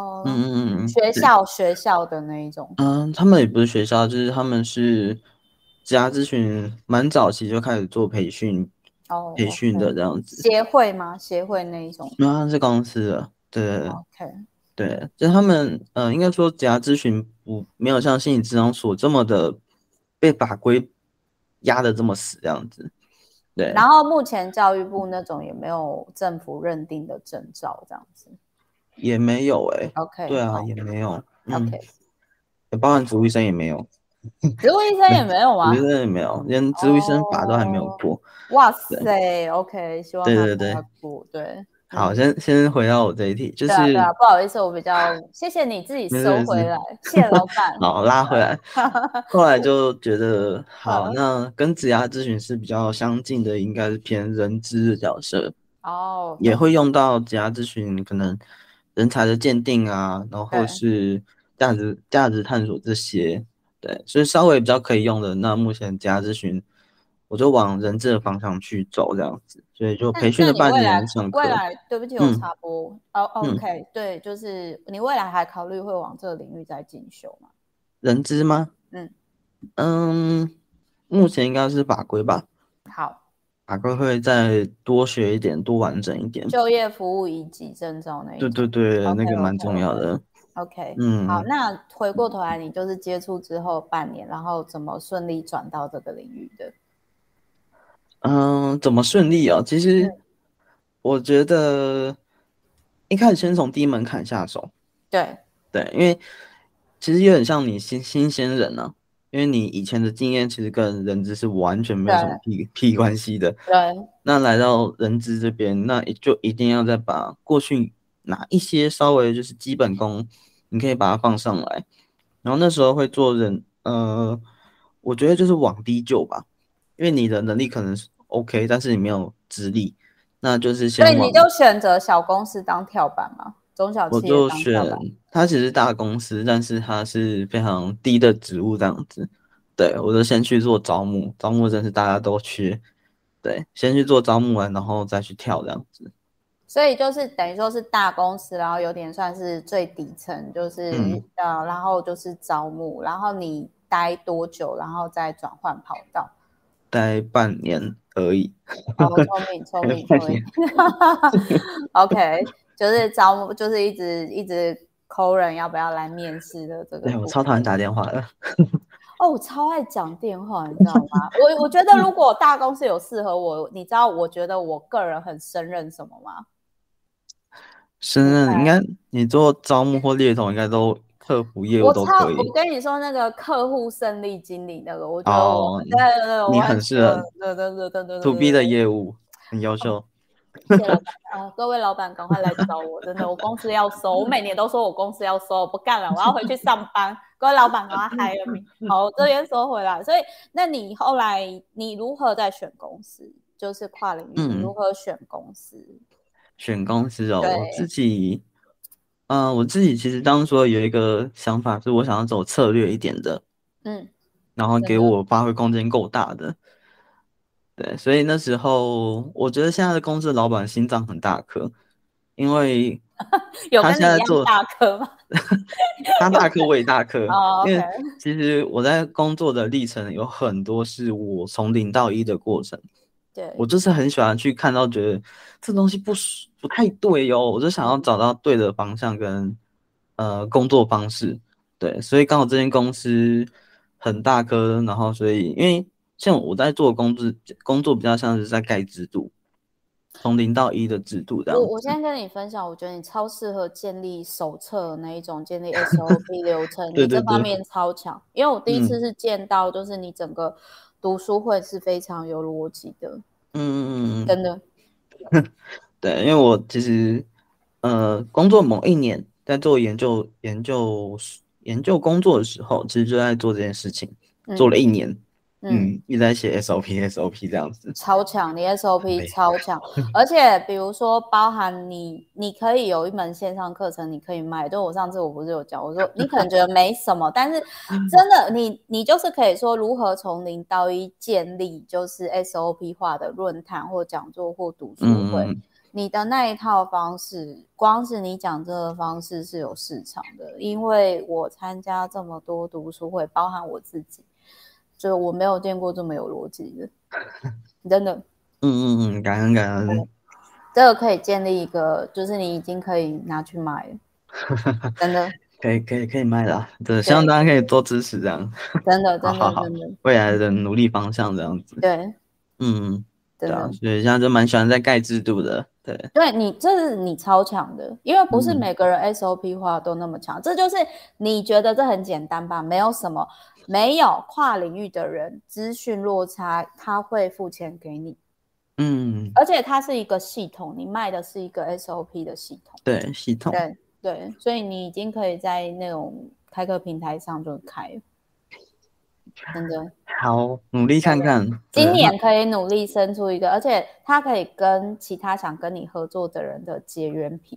学校的那一种。 他们也不是学校，就是他们是职涯咨询，蛮早期就开始做培训的这样子。 协会吗？协会那一种？ 没有，他是公司的。对。对，就是他们应该说职涯咨询没有像心理咨商所这么的被法规压得这么死这样子。对， 然后目前教育部那种也没有政府认定的证照这样子。 也没有 OK。 对啊，也没有。 OK。 也包含植物医生也没有。 植物医生也没有吗？ 植物医生也没有，连植物医生法都还没有过。 哇塞 ，OK，希望他对过。对。 好，先回到我这一题，就对啊，对是啊，不好意思，我比较谢谢你自己没事没事， 收回来，谢老板。 好拉回来。后来就觉得好， 嗯， 那跟职涯咨询师比较相近的，应该是偏人资的角色， 哦， 也会用到职涯咨询，可能人才的鉴定啊，然后对， 是价值探索这些，对，所以稍微比较可以用的。那目前职涯咨询，我就往人资的方向去走这样子，所以就那培训了那你未来半年上课， 对不起，我嗯插播。哦嗯， ，OK，对，就是你未来还考虑会往这个领域再进修吗？ 人资吗？ 嗯， 嗯，目前应该是法规吧。 好， 法规会再多学一点，多完整一点。 就业服务以及证照那一对种。 对对，那个蛮重要 OK，OK，OK，OK， 的。 好， 嗯那回过头来，你就是接触之后半年，然后怎么顺利转到这个领域的？ 嗯，怎么顺利哦？其嗯， 实我觉得一开始先从低门槛下手， 对对，因为其实有点像你新鲜人啊，因为你以前的经验其实跟人资是完全没有什么对屁关系的。 对， 那来到人资这边，那也就一定要再把过去哪一些稍微就是基本功，你可以把它放上来。然后那时候会做我觉得就是往低就吧，因为你的能力可能是 OK，但是你没有资历，那就是所以先往你就选择小公司当跳板嘛，中小企业我就当跳板。 选它其实是大公司，但是它是非常低的职务这样子。对，我就先去做招募，招募真是大家都缺。对，先去做招募完，然后再去跳这样子。 所以就是等于说是大公司，然后有点算是最底层，就是嗯， 然后就是招募，然后你待多久，然后再转换跑道。 待半年而已。 哦，聪明聪明聪明。 半年。 OK，就是招募，就是一直抠人要不要来面试的这个对，我部分。 超讨厌打电话的。 哦，我超爱讲电话，你知道吗？我觉得如果大公司有适合我，你知道，我觉得我个人很胜任什么吗？ 胜任应该你做招募或猎头，应该都客服业务都可以。 我跟你说那个客户胜利经理那个，我觉得哦， 对对对，我你很喜欢， 很适合对对对对对对 to 对 B 的对。 业务，很优哦， 秀。 谢老板啊，各位老板赶快来找我，真的，我公司要收，我每年都说我公司要收，我不干了，我要回去上班。各位老板赶快 hire me。好，这边收回来。所以，那你后来你如何在选公司？就是跨领域，你如嗯， 何选公司？ 选公司哦， 对， 我自己其实当初有一个想法，是我想要走策略一点的， 嗯， 然后给真的我发挥空间够大的。对，所以那时候我觉得现在的公司的老板心脏很大颗，因为有他跟你一样现在做大颗吗？ 他有大颗我也大颗， 哦，OK， 因为其实我在工作的历程有很多是我从零到一的过程，我对， 就是很喜欢去看到觉得这东西不太对哟，我就想要找到对的方向跟工作方式，对，所以刚好这间公司很大颗，然后所以因为像我在做的工作比较像是在盖制度，从零到一的制度这样子， 我先跟你分享，我觉得你超适合建立手册那一种，建立 SOP 流程，你这对对对， 方面超强。因为我第一次嗯是见到，就是你整个读书会是非常有逻辑的， 嗯嗯嗯嗯。 真的。 对，因为我其实工作某一年在做研究工作的时候，其实就在做这件事情，做嗯了一年， 嗯， 一直在写 SOP 这样子， 超强，你很 SOP 累。 超强，而且比如说包含你可以有一门线上课程，你可以卖。就我上次我不是有讲，我说你可能觉得没什么，但是真的你就是可以说如何从零到一建立就是 SOP 化的论坛或讲座或读书会。 嗯， 你的那一套方式，光是你讲这个方式是有市场的，因为我参加这么多读书会，包含我自己，就我没有见过这么有逻辑的。真的， 感恩感恩， 这个可以建立一个，就是你已经可以拿去卖了，真的， 可以卖了，对，希望对， 大家可以多支持这样， 真的，真的， 好好好， 真的， 未来的努力方向这样子， 对， 嗯，对啊， 真的， 所以现在就蛮喜欢在盖制度的，对， 对你，这是你超强的，因为不是嗯每个人 SOP 化都那么强，这就是你觉得这很简单吧？没有什么，没有跨领域的人资讯落差，他会付钱给你。 嗯而且它是一个系统，你卖的是一个 SOP 的系统。 对，系统。 对，所以你已经可以在那种开课平台上就开，真的。 好，努力看看。 今年可以努力生出一个，而且它可以跟其他想跟你合作的人的结缘品。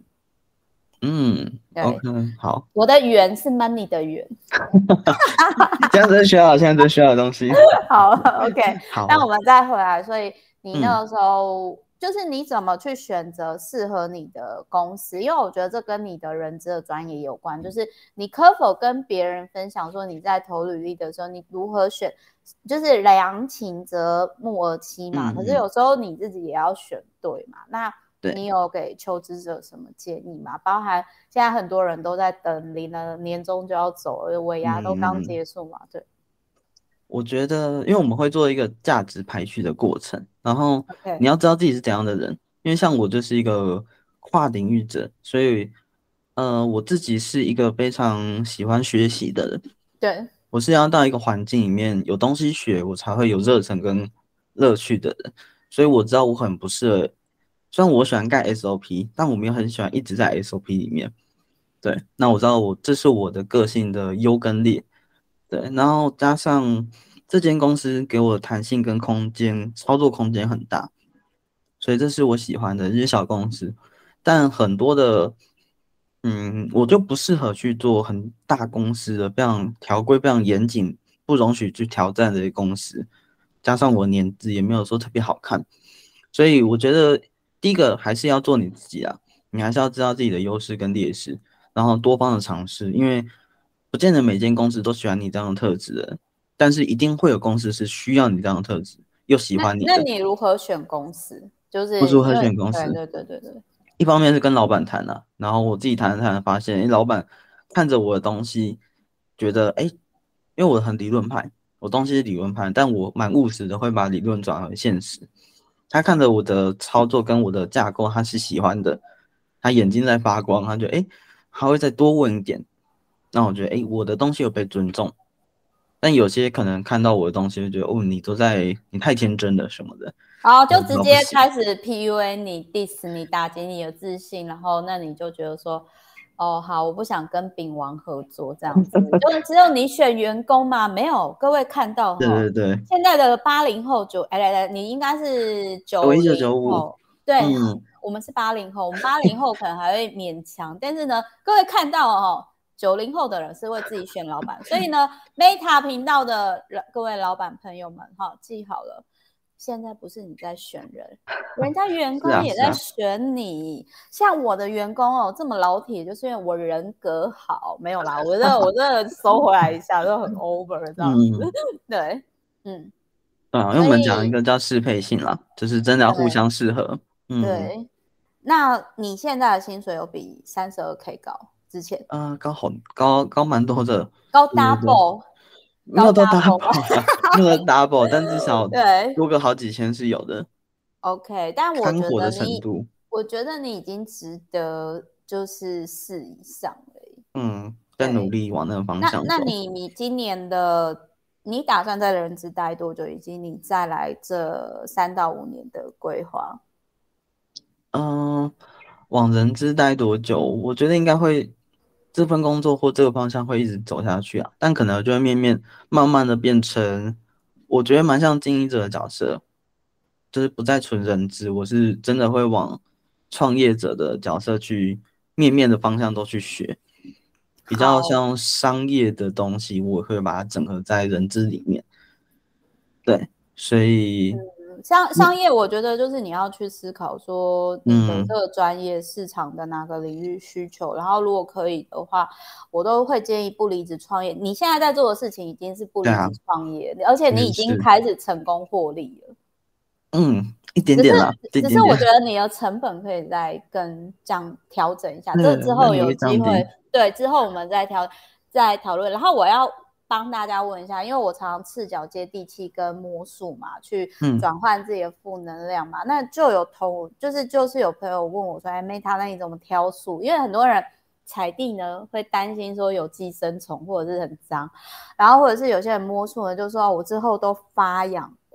OK， 好。 我的缘是 money 的缘。 现在真需要的东西。 好 ，OK， 好。 那我们再回来，所以你那个时候、就是你怎么去选择适合你的公司？因为我觉得这跟你的人资的专业有关，就是你可否跟别人分享说你在投履历的时候，你如何选，就是良禽择木而栖嘛。可是有时候你自己也要选对嘛。那你有给求职者什么建议吗？包含现在很多人都在等，离了年终就要走了，尾牙都刚结束嘛。对， 我觉得，因为我们会做一个价值排序的过程，然后你要知道自己是怎样的人。因为像我就是一个跨领域者，所以我自己是一个非常喜欢学习的人。 对， 我是要到一个环境里面有东西学，我才会有热忱跟乐趣的人。所以我知道我很不适合，虽然我喜欢盖 SOP， 但我没有很喜欢一直在 SOP 里面。对，那我知道这是我的个性的优跟劣。对，然后加上这间公司给我的弹性跟空间，操作空间很大，所以这是我喜欢的。这些小公司，但很多的，我就不适合去做很大公司的，非常条规非常严谨，不容许去挑战的公司。加上我年纪也没有说特别好看，所以我觉得第一个还是要做你自己啊，你还是要知道自己的优势跟劣势，然后多方的尝试，因为不见得每间公司都喜欢你这样的特质的，但是一定会有公司是需要你这样的特质又喜欢你的。 那你如何选公司？就是不如何选公司？ 对。 一方面是跟老板谈啊，然后我自己谈发现，老板看着我的东西，觉得因为我很理论派，我东西是理论派，但我蛮务实的，会把理论转为现实。他看着我的操作跟我的架构，他是喜欢的，他眼睛在发光，他觉得他会再多问一点。那我觉得我的东西有被尊重。但有些可能看到我的东西，就觉得你太天真了什么的， 然后就直接开始 PUA 你 diss 你，打击你的自信，然后那你就觉得说，哦好，我不想跟丙王合作这样子，就只有你选员工嘛？没有，各位看到对， 现在的80后来，你应该是90后，对，我们是80后，我们80后可能还会勉强，但是呢，各位看到90后的人是会自己选老板，所以呢 Meta 频道的各位老板朋友们记好了，现在不是你在选人，人家员工也在选你。像我的员工这么老铁，就是因为我人格好。没有啦，我这收回来一下，就很 over 这样子。对， 对啊，因为我们讲一个叫适配性啦，就是真的要互相适合。 对，那你现在的薪水有比32K 高？之前高蛮多的， 高 double。 没有到 double， 没有到 double， 但至少多个好几千是有的。 OK， 但我觉得我觉得你已经值得就是4以上了。 在努力往那个方向走。 那你今年你打算在人资待多久？以及你再来这3到5年的规划？ 往人资待多久？我觉得应该会这份工作或这个方向会一直走下去啊，但可能就会慢慢的变成，我觉得蛮像经营者的角色，就是不再纯人资，我是真的会往创业者的角色去，面的方向都去学，比较像商业的东西，我会把它整合在人资里面。对，所以。 商业我觉得就是你要去思考说你的这个专业市场的哪个领域需求，然后如果可以的话，我都会建议不离职创业。你现在在做的事情已经是不离职创业，而且你已经开始成功获利了。 一点点啦， 只是我觉得你的成本可以再更这样调整一下，这之后有机会，对，之后我们再讨论。然后我要帮大家问一下，因为我常常赤脚接地气跟魔术嘛，去转换自己的负能量嘛。那就有就是有朋友问我说，Meta 那你怎么挑树？因为很多人踩地呢会担心说有寄生虫或者是很脏，然后或者是有些人摸树呢就说我之后都发扬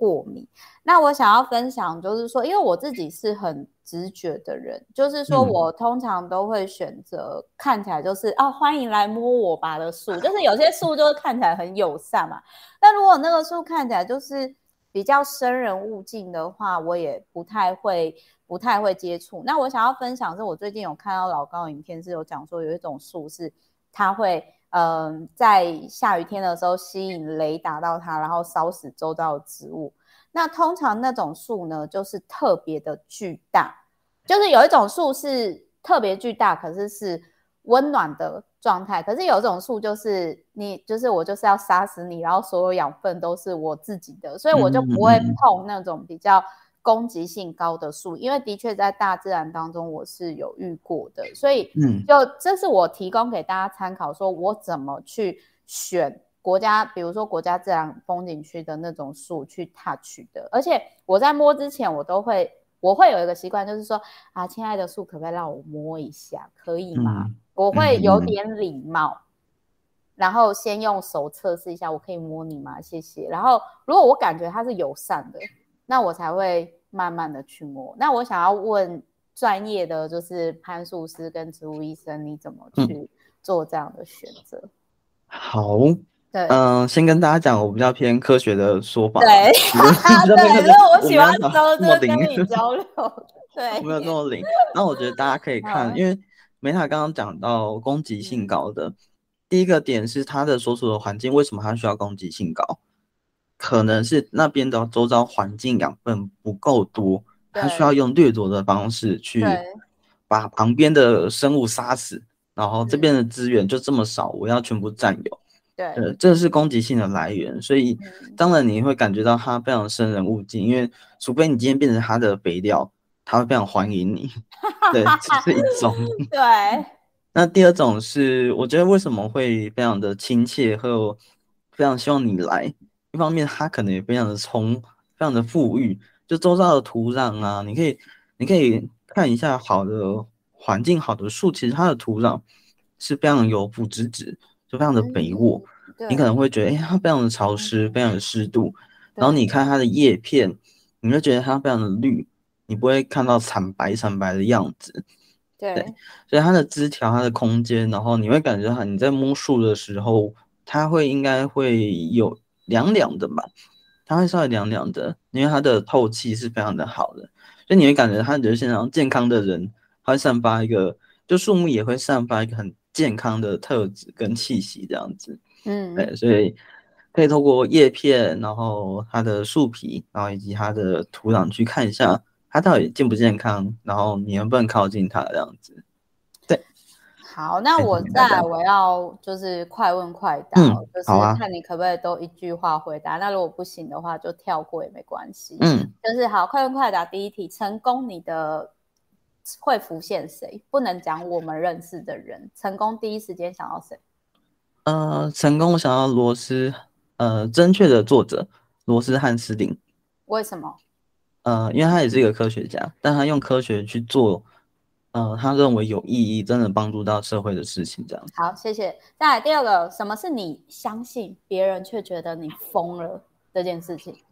过敏。那我想要分享就是说，因为我自己是很直觉的人，就是说我通常都会选择看起来就是欢迎来摸我吧的树，就是有些树就是看起来很友善嘛。但如果那个树看起来就是比较生人勿近的话，我也不太会接触。那我想要分享是我最近有看到老高影片，是有讲说有一种树是它会在下雨天的时候吸引雷打到它，然后烧死周遭的植物。那通常那种树呢，就是特别的巨大，就是有一种树是特别巨大，可是是温暖的状态。可是有一种树就是我就是要杀死你，然后所有养分都是我自己的，所以我就不会碰那种比较攻击性高的树，因为的确在大自然当中我是有遇过的，所以这是我提供给大家参考，说我怎么去选国家，比如说国家自然风景区的那种树去 touch 的。而且我在摸之前我会有一个习惯，就是说亲爱的树可不可以让我摸一下，可以吗？我会有点礼貌，然后先用手测试一下，我可以摸你吗？谢谢。然后如果我感觉它是友善的，那我才会慢慢的去摸。那我想要问专业的就是攀树师跟植物医生，你怎么去做这样的选择？ 好， 对， 先跟大家讲我比较偏科学的说法， 对，对，所以我喜欢这么跟你交流，对， 我没有这么灵。然后我觉得大家可以看，因为梅塔刚刚讲到攻击性高的，第一个点是它的所处的环境，为什么它需要攻击性高？可能是那边的周遭环境养分不够多，它需要用掠夺的方式去把旁边的生物杀死，然后这边的资源就这么少，我要全部占有。 对， 这是攻击性的来源，所以当然你会感觉到它非常生人勿近，因为除非你今天变成它的肥料，它会非常欢迎你。对，这是一种。 对。 那第二种是，我觉得为什么会非常的亲切和非常希望你来，一方面它可能也非常的非常的富裕，就周遭的土壤啊，你可以看一下好的环境、好的树，其实它的土壤是非常有腐殖质，就非常的肥沃。你可能会觉得，它非常的潮湿，非常的湿度，然后你看它的叶片，你会觉得它非常的绿，你不会看到惨白的样子。对，所以它的枝条、它的空间，然后你会感觉到你在摸树的时候，它应该会有凉凉的吧，它会稍微凉凉的，因为它的透气是非常的好的，所以你会感觉它就是现场健康的人，它会散发一个，就树木也会散发一个很健康的特质跟气息这样子。对，所以可以透过叶片，然后它的树皮，然后以及它的土壤去看一下它到底健不健康，然后你能不能靠近它这样子。对， 好，那我要就是快问快答，就是看你可不可以都一句话回答。那如果不行的话，就跳过也没关系。就是好，快问快答。第一题，成功你的会浮现谁？不能讲我们认识的人。成功第一时间想到谁？ 成功我想要正确的作者罗斯汉斯林。 为什么？ 因为他也是一个科学家，但他用科学去做，他认为有意义、真的帮助到社会的事情，这样子。 好，谢谢。再来第二个，什么是你相信别人却觉得你疯了这件事情？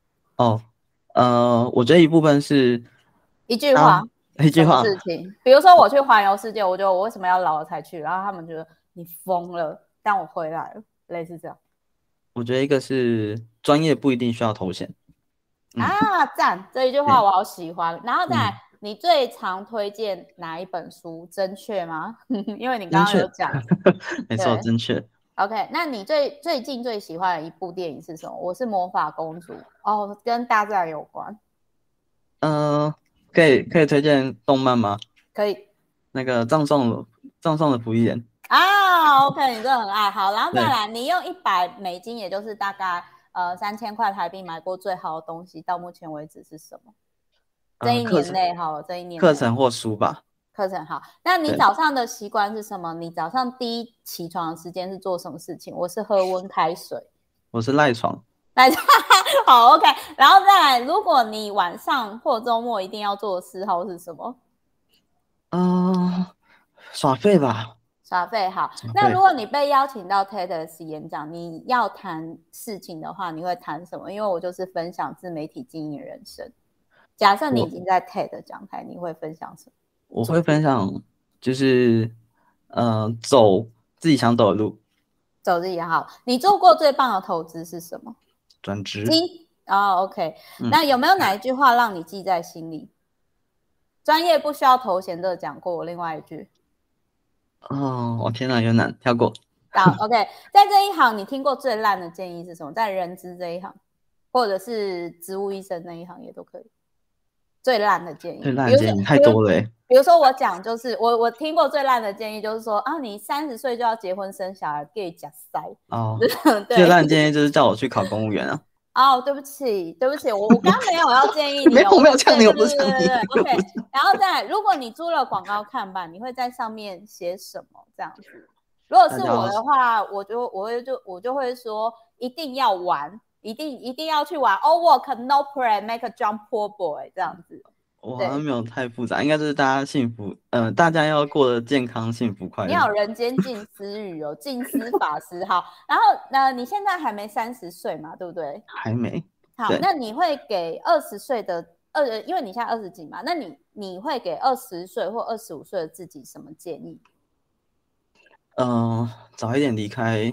我觉得一部分是一句话， 什么事情？比如说我去环游世界，我觉得我为什么要老了才去？然后他们觉得你疯了，但我回来了，类似这样。 我觉得一个是专业不一定需要头衔。 赞！这一句话我好喜欢。然后再来，你最常推荐哪一本书？正确吗？因为你刚刚有讲。 没错，正确。 OK， 那你最近最喜欢的一部电影是什么？我是魔法公主跟大自然有关。 可以推荐动漫吗？ 可以。 那个葬送的福伊人。 OK， 你真的很爱好。然后再来，你用$100，也就是大概3000块台币买过最好的东西，到目前为止是什么？这一年内这一年课程或书吧。 课程好。那你早上的习惯是什么？你早上第一起床的时间是做什么事情？我是喝温开水。 我是赖床。 好 OK。然后再来，如果你晚上或周末一定要做的嗜好是什么？ 耍废吧。 耍废好。 耍废那如果你被邀请到 TEDx 演讲，你要谈事情的话，你会谈什么？因为我就是分享自媒体经营人生。假设你已经在 TED 讲台，你会分享什么？ 我会分享就是走自己想走的路。 走自己好。你做过最棒的投资是什么？ 转职。 OK。那有没有哪一句话让你记在心里？专业不需要头衔的讲过。另外一句。 我天哪，有点难，跳过。 好 ，OK。在这一行，你听过最烂的建议是什么？在人资这一行，或者是植物医生那一行也都可以。最烂的建议， 最烂的建议太多了比如说我讲就是我听过最烂的建议就是说啊，你30岁就要结婚生小孩，给假塞。 最烂的建议就是叫我去考公务员啊。 对不起，我刚刚没有要建议你。 没有呛你，我不是呛你。 OK。然后再来，如果你租了广告看板，你会在上面写什么？这样子。如果是我的话，我就会说一定要玩。一定要去玩 ，all work no play make a jump poor boy 这样子。 我好像没有太复杂，应该就是大家幸福，大家要过得健康、幸福、快乐。 你有人间静思语哦，静思法师好。然后你现在还没30岁嘛，对不对？ 还没。 好，那你会给20岁的因为你现在20几嘛，那你会给20岁或25岁的自己什么建议？ 早一点离开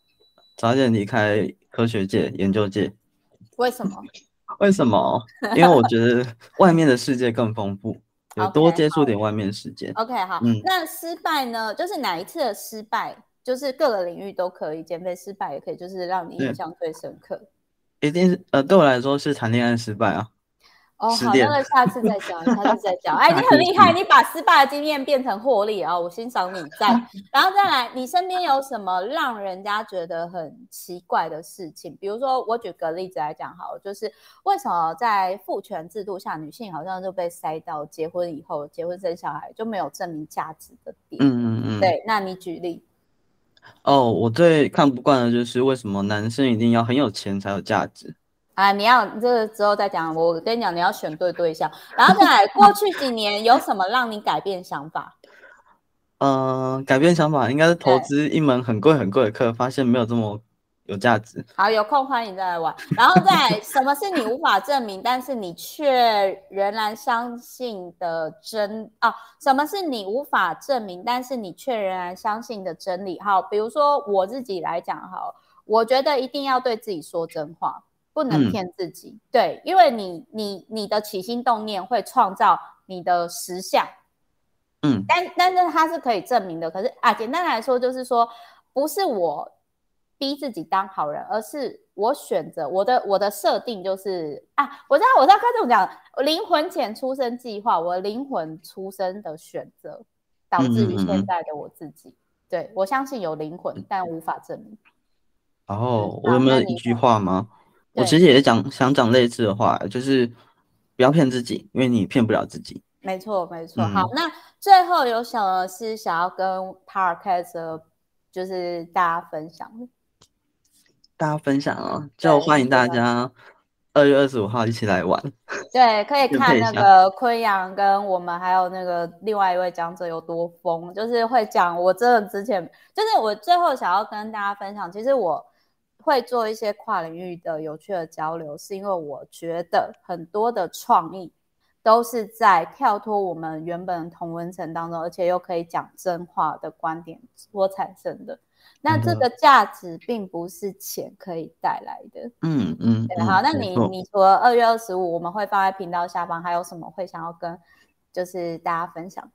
科学界、研究界。 为什么？ 为什么？因为我觉得外面的世界更丰富，有多接触点外面的世界。 OK， 好。那失败呢？就是哪一次的失败，就是各个领域都可以，减肥失败也可以，就是让你印象最深刻。 一定是对我来说是谈恋爱失败啊。 好，那个下次再讲。哎，你很厉害，你把失败的经验变成获利啊，我欣赏你在。然后再来，你身边有什么让人家觉得很奇怪的事情？比如说，我举个例子来讲好了，就是为什么在父权制度下，女性好像就被塞到结婚以后，结婚生小孩就没有证明价值的点？对，那你举例。 我最看不惯的就是为什么男生一定要很有钱才有价值。 你要这个之后再讲。我跟你讲，你要选对象。然后再来，过去几年有什么让你改变想法？ 改变想法应该是投资一门很贵的课，发现没有这么有价值。 好，有空欢迎再来玩。然后再来，什么是你无法证明，但是你却仍然相信的什么是你无法证明，但是你却仍然相信的真理？好，比如说我自己来讲，好，我觉得一定要对自己说真话。不能骗自己。对，因为你的起心动念会创造你的实相。但是它是可以证明的。可是简单来说就是说，不是我逼自己当好人，而是我选择我的设定就是我知道该怎么讲，灵魂潜出生计划，我灵魂出生的选择导致于现在的我自己。对，我相信有灵魂，但无法证明。 我有没有一句话吗？我其实也想讲类似的话，就是不要骗自己，因为你骗不了自己。 没错。好，那最后有什么是想要跟 Podcast 就是大家分享的？ 大家分享就欢迎大家2月25号一起来玩。 对，可以看那个昆阳跟我们还有那个另外一位讲者有多疯，就是会讲。我真的之前就是我最后想要跟大家分享，其实我会做一些跨领域的有趣的交流，是因为我觉得很多的创意都是在跳脱我们原本同温层当中，而且又可以讲真话的观点所产生的。那这个价值并不是钱可以带来的。好，那你除了2月25我们会放在频道下方，还有什么会想要跟就是大家分享？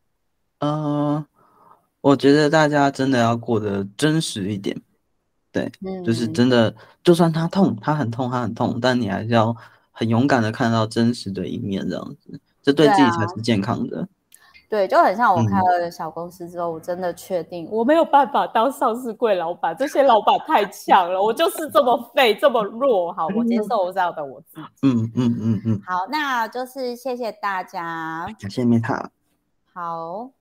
我觉得大家真的要过得真实一点。对，就是真的，就算他很痛，但你还是要很勇敢的看到真实的一面，这样子，这对自己才是健康的。 对，就很像我开了小公司之后，我真的确定我没有办法当上市柜老板，这些老板太强了，我就是这么废这么弱。好，我接受这样的我自己。好，那就是谢谢大家， 感谢Meta。 好。